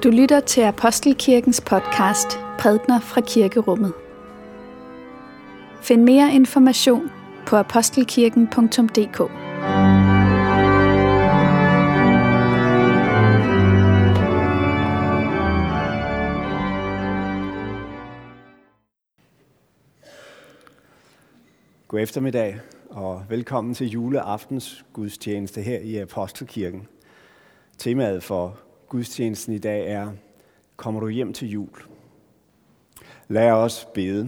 Du lytter til Apostelkirkens podcast Prædikener fra Kirkerummet. Find mere information på apostelkirken.dk. God eftermiddag og velkommen til juleaftens gudstjeneste her i Apostelkirken. Temaet for gudstjenesten i dag er: Kommer du hjem til jul? Lad os bede.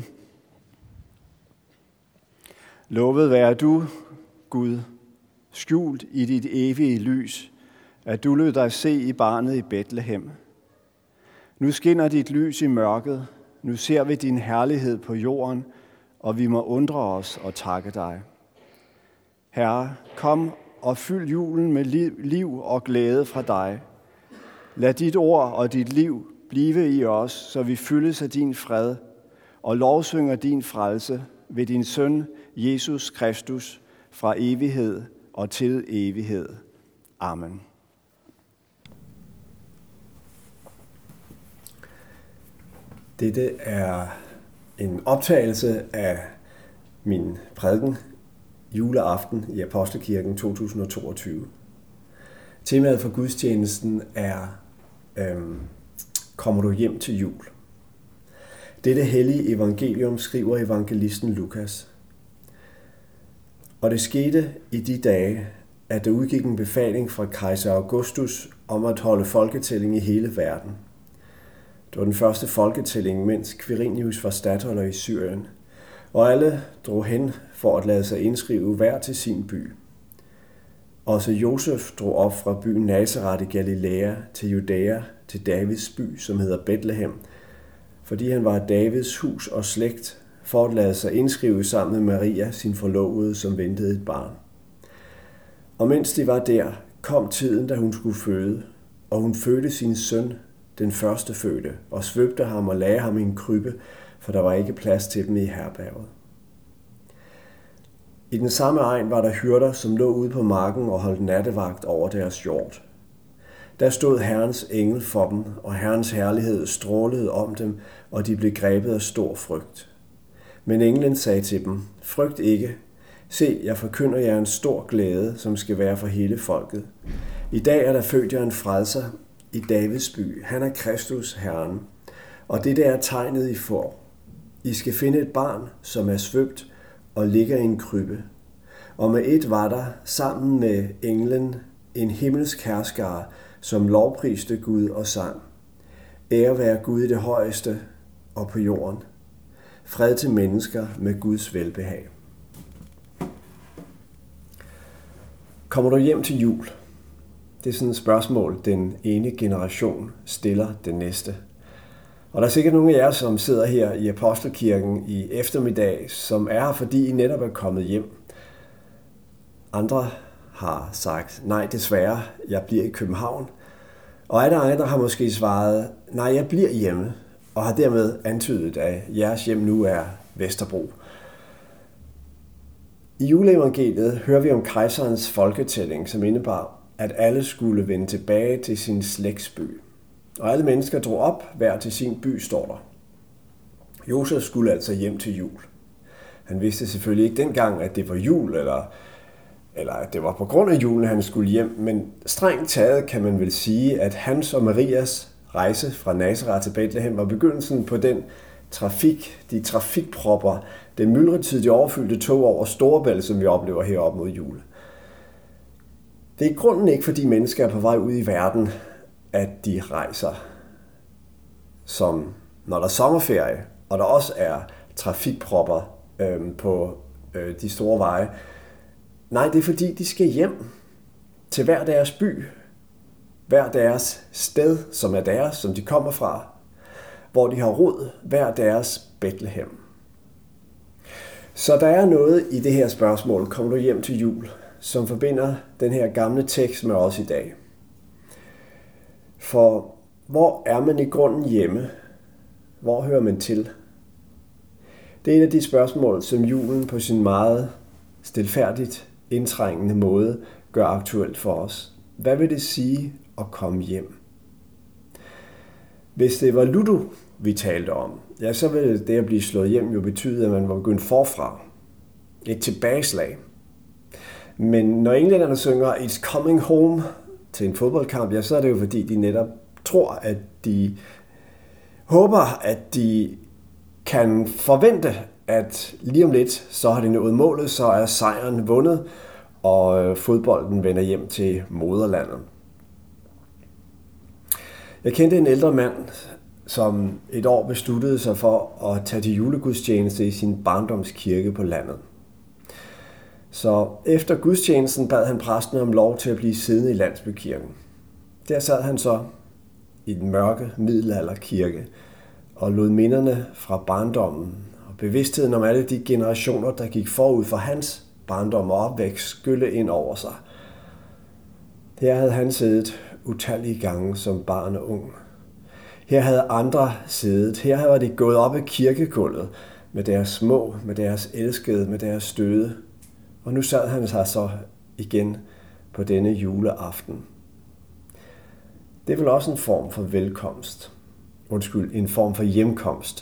Lovet være du, Gud, skjult i dit evige lys, at du lod dig se i barnet i Betlehem. Nu skinner dit lys i mørket, nu ser vi din herlighed på jorden, og vi må undre os og takke dig. Herre, kom og fyld julen med liv og glæde fra dig. Lad dit ord og dit liv blive i os, så vi fyldes af din fred og lovsynger din frelse ved din søn, Jesus Kristus, fra evighed og til evighed. Amen. Dette er en optagelse af min prædiken juleaften i Apostelkirken 2022. Temaet for gudstjenesten er Kommer du hjem til jul? Dette hellige evangelium skriver evangelisten Lukas. Og det skete i de dage, at der udgik en befaling fra kejser Augustus om at holde folketælling i hele verden. Det var den første folketælling, mens Quirinius var statholder i Syrien, og alle drog hen for at lade sig indskrive hver til sin by. Også Josef drog op fra byen Nazaret i Galilea til Judæa, til Davids by, som hedder Betlehem, fordi han var af Davids hus og slægt, for at lade sig indskrive sammen med Maria, sin forlovede, som ventede et barn. Og mens de var der, kom tiden, da hun skulle føde, og hun fødte sin søn, den førstefødte, og svøbte ham og lagde ham i en krybbe, for der var ikke plads til dem i herberget. I den samme egn var der hyrder, som lå ude på marken og holdt nattevagt over deres hjort. Der stod Herrens engel for dem, og Herrens herlighed strålede om dem, og de blev grebet af stor frygt. Men englen sagde til dem: Frygt ikke. Se, jeg forkynder jer en stor glæde, som skal være for hele folket. I dag er der født jer en frelser i Davids by. Han er Kristus, Herren. Og det der er tegnet, I får. I skal finde et barn, som er svøbt og ligger i en krybbe. Og med et var der, sammen med englen, en himmelsk herskare, som lovpriste Gud og sang: Ære være Gud i det højeste og på jorden. Fred til mennesker med Guds velbehag. Kommer du hjem til jul? Det er sådan et spørgsmål, den ene generation stiller den næste. Og der er sikkert nogle af jer, som sidder her i Apostelkirken i eftermiddag, som er her, fordi I netop er kommet hjem. Andre har sagt: nej, desværre, jeg bliver i København. Og andre har måske svaret: nej, jeg bliver hjemme, og har dermed antydet, at jeres hjem nu er Vesterbro. I juleevangeliet hører vi om kejserens folketælling, som indebar, at alle skulle vende tilbage til sin slægtsby. Og alle mennesker drog op, hver til sin by, står der. Josef skulle altså hjem til jul. Han vidste selvfølgelig ikke dengang, at det var jul, eller at det var på grund af julen, han skulle hjem, men strengt taget kan man vel sige, at hans og Marias rejse fra Nazaret til Betlehem var begyndelsen på den de trafikpropper, den myldretid, de overfyldte tog over Storebælt, som vi oplever heroppe mod jul. Det er i grunden ikke, fordi mennesker er på vej ud i verden, at de rejser, som når der er sommerferie, og der også er trafikpropper på de store veje. Nej, det er fordi, de skal hjem til hver deres by, hver deres sted, som er deres, som de kommer fra, hvor de har rod, hver deres Betlehem. Så der er noget i det her spørgsmål: kommer du hjem til jul, som forbinder den her gamle tekst med os i dag. For hvor er man i grunden hjemme? Hvor hører man til? Det er et af de spørgsmål, som julen på sin meget stilfærdigt indtrængende måde gør aktuelt for os. Hvad vil det sige at komme hjem? Hvis det var Ludo, vi talte om, ja, så ville det at blive slået hjem jo betyde, at man var begyndt forfra. Et tilbageslag. Men når englænderne synger It's Coming Home til en fodboldkamp, ja, så er det jo fordi, de netop tror, at de håber, at de kan forvente, at lige om lidt, så har de nået målet, så er sejren vundet, og fodbolden vender hjem til moderlandet. Jeg kendte en ældre mand, som et år besluttede sig for at tage til julegudstjeneste i sin barndomskirke på landet. Så efter gudstjenesten bad han præsten om lov til at blive siddende i landsbykirken. Der sad han så i den mørke middelalderkirke og lod minderne fra barndommen og bevidstheden om alle de generationer, der gik forud for hans barndom og opvækst, skylle ind over sig. Her havde han siddet utallige gange som barn og ung. Her havde andre siddet. Her var de gået op ad kirkegulvet med deres små, med deres elskede, med deres støde. Og nu sad han sig så igen på denne juleaften. Det er vel også en form for velkomst. En form for hjemkomst.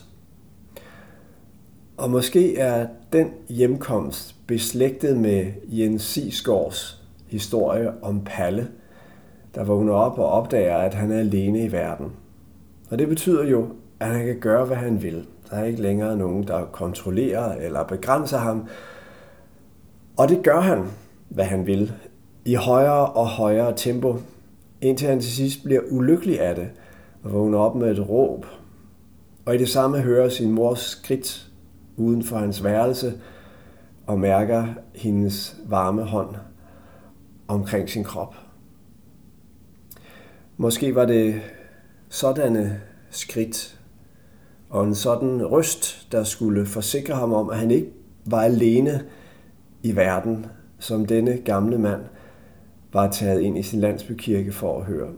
Og måske er den hjemkomst beslægtet med Jens Sigsgaards historie om Palle, der vågner op og opdager, at han er alene i verden. Og det betyder jo, at han kan gøre, hvad han vil. Der er ikke længere nogen, der kontrollerer eller begrænser ham. Og det gør han, hvad han vil, i højere og højere tempo, indtil han til sidst bliver ulykkelig af det og vågner op med et råb. Og i det samme hører sin mors skridt uden for hans værelse og mærker hendes varme hånd omkring sin krop. Måske var det sådanne skridt og en sådan røst, der skulle forsikre ham om, at han ikke var alene i verden, som denne gamle mand var taget ind i sin landsbykirke for at høre.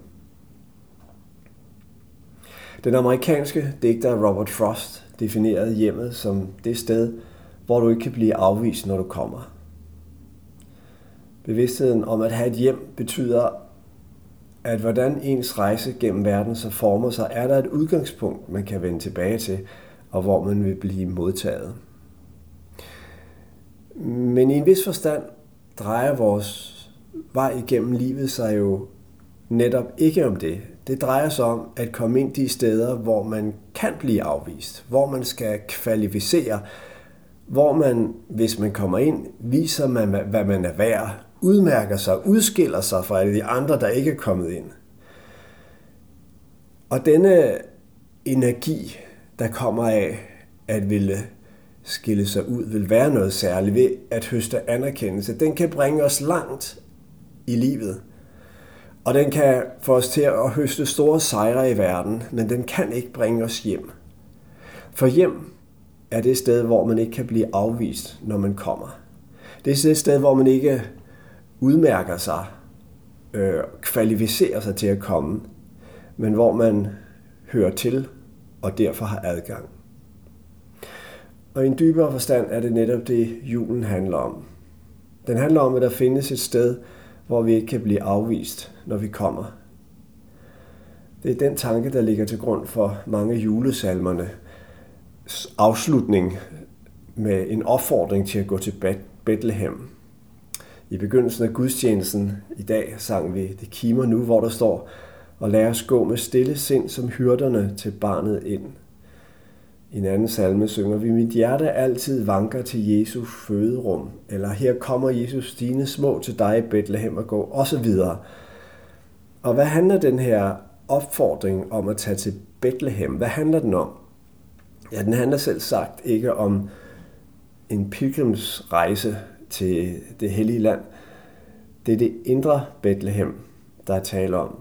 Den amerikanske digter Robert Frost definerede hjemmet som det sted, hvor du ikke kan blive afvist, når du kommer. Bevidstheden om at have et hjem betyder, at hvordan ens rejse gennem verden så former sig, er der et udgangspunkt, man kan vende tilbage til, og hvor man vil blive modtaget. Men i en vis forstand drejer vores vej igennem livet sig jo netop ikke om det. Det drejer sig om at komme ind de steder, hvor man kan blive afvist, hvor man skal kvalificere, hvor man, hvis man kommer ind, viser man, hvad man er værd, udmærker sig, udskiller sig fra alle de andre, der ikke er kommet ind. Og denne energi, der kommer af at ville skille sig ud, vil være noget særligt ved at høste anerkendelse. Den kan bringe os langt i livet, og den kan få os til at høste store sejre i verden, men den kan ikke bringe os hjem. For hjem er det sted, hvor man ikke kan blive afvist, når man kommer. Det er det sted, hvor man ikke udmærker sig, kvalificerer sig til at komme, men hvor man hører til og derfor har adgang. Og i en dybere forstand er det netop det, julen handler om. Den handler om, at der findes et sted, hvor vi ikke kan blive afvist, når vi kommer. Det er den tanke, der ligger til grund for mange julesalmerne. Afslutning med en opfordring til at gå til Bethlehem. I begyndelsen af gudstjenesten i dag sang vi Det kimer nu, hvor der står, og lad os gå med stille sind som hyrderne til barnet ind. I en anden salme synger vi, mit hjerte altid vanker til Jesu føderum, eller her kommer Jesus dine små til dig, Bethlehem, og gå, osv. Og hvad handler den her opfordring om at tage til Bethlehem? Hvad handler den om? Ja, den handler selv sagt ikke om en pilgrimsrejse til det hellige land. Det er det indre Bethlehem, der er tale om.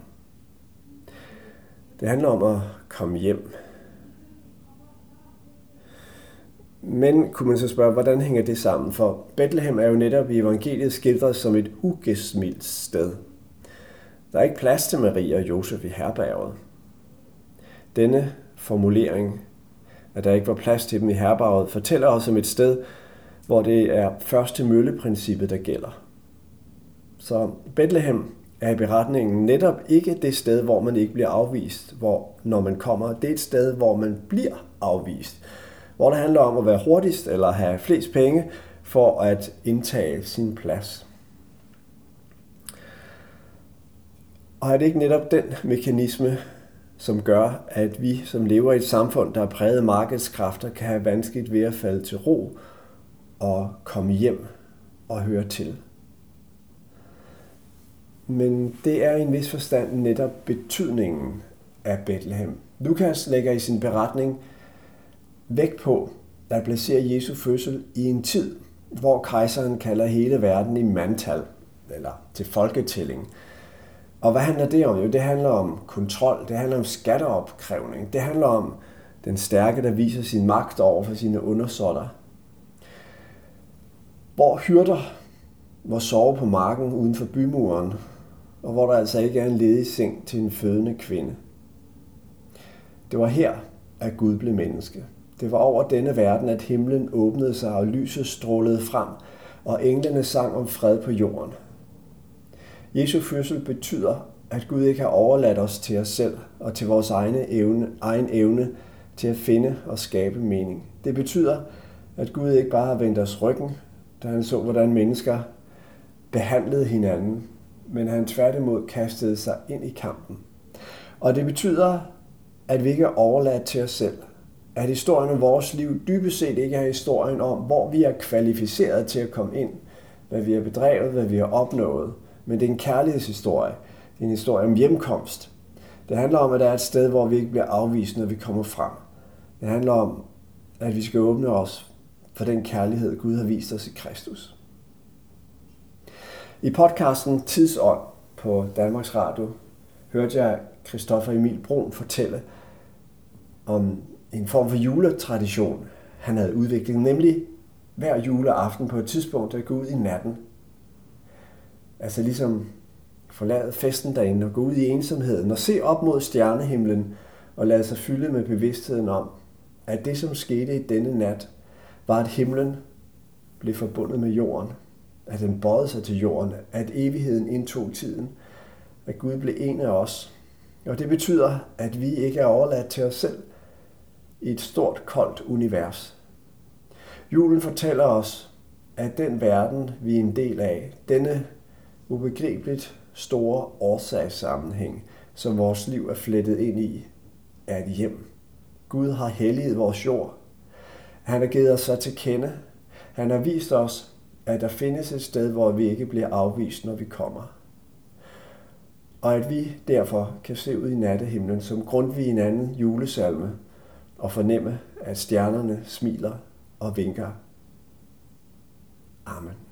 Det handler om at komme hjem. Men kunne man så spørge, hvordan hænger det sammen? For Bethlehem er jo netop i evangeliet skildret som et ugæstmildt sted. Der er ikke plads til Maria og Josef i herberget. Denne formulering, at der ikke var plads til dem i herberget, fortæller os om et sted, hvor det er første mølleprincippet, der gælder. Så Bethlehem er i beretningen netop ikke det sted, hvor man ikke bliver afvist, når man kommer. Det er et sted, hvor man bliver afvist. Hvor det handler om at være hurtigst eller have flest penge for at indtage sin plads. Og er det ikke netop den mekanisme, som gør, at vi, som lever i et samfund, der er præget af markedskræfter, kan have vanskeligt ved at falde til ro og komme hjem og høre til? Men det er i en vis forstand netop betydningen af Bethlehem. Lukas lægger i sin beretning vægt på at placere Jesu fødsel i en tid, hvor kejseren kalder hele verden i mandtal, eller til folketælling. Og hvad handler det om? Jo, det handler om kontrol, det handler om skatteopkrævning, det handler om den stærke, der viser sin magt over for sine undersåtter. Hvor hyrder må sove på marken uden for bymuren, og hvor der altså ikke er en ledig seng til en fødende kvinde. Det var her, at Gud blev menneske. Det var over denne verden, at himlen åbnede sig, og lyset strålede frem, og englene sang om fred på jorden. Jesu fødsel betyder, at Gud ikke har overladt os til os selv og til vores egen evne til at finde og skabe mening. Det betyder, at Gud ikke bare har vendt os ryggen, da han så, hvordan mennesker behandlede hinanden, men han tværtimod kastede sig ind i kampen. Og det betyder, at vi ikke er overladt til os selv. At historien om vores liv dybest set ikke er historien om, hvor vi er kvalificeret til at komme ind, hvad vi har bedrevet, hvad vi har opnået. Men det er en kærlighedshistorie. Det er en historie om hjemkomst. Det handler om, at der er et sted, hvor vi ikke bliver afvist, når vi kommer frem. Det handler om, at vi skal åbne os for den kærlighed, Gud har vist os i Kristus. I podcasten Tidsånd på Danmarks Radio hørte jeg Christoffer Emil Bruun fortælle om en form for juletradition, han havde udviklet, nemlig hver juleaften på et tidspunkt at gå ud i natten. Altså ligesom forlade festen derinde og gå ud i ensomheden og se op mod stjernehimlen og lade sig fylde med bevidstheden om, at det som skete i denne nat, var at himlen blev forbundet med jorden, at den bøjede sig til jorden, at evigheden indtog tiden, at Gud blev en af os. Og det betyder, at vi ikke er overladt til os selv i et stort, koldt univers. Julen fortæller os, at den verden, vi er en del af, denne ubegribeligt store årsagssammenhæng, som vores liv er flettet ind i, er et hjem. Gud har helliget vores jord. Han har givet os sig til kende. Han har vist os, at der findes et sted, hvor vi ikke bliver afvist, når vi kommer. Og at vi derfor kan se ud i nattehimlen som Grundtvig i en anden julesalme og fornemme, at stjernerne smiler og vinker. Amen.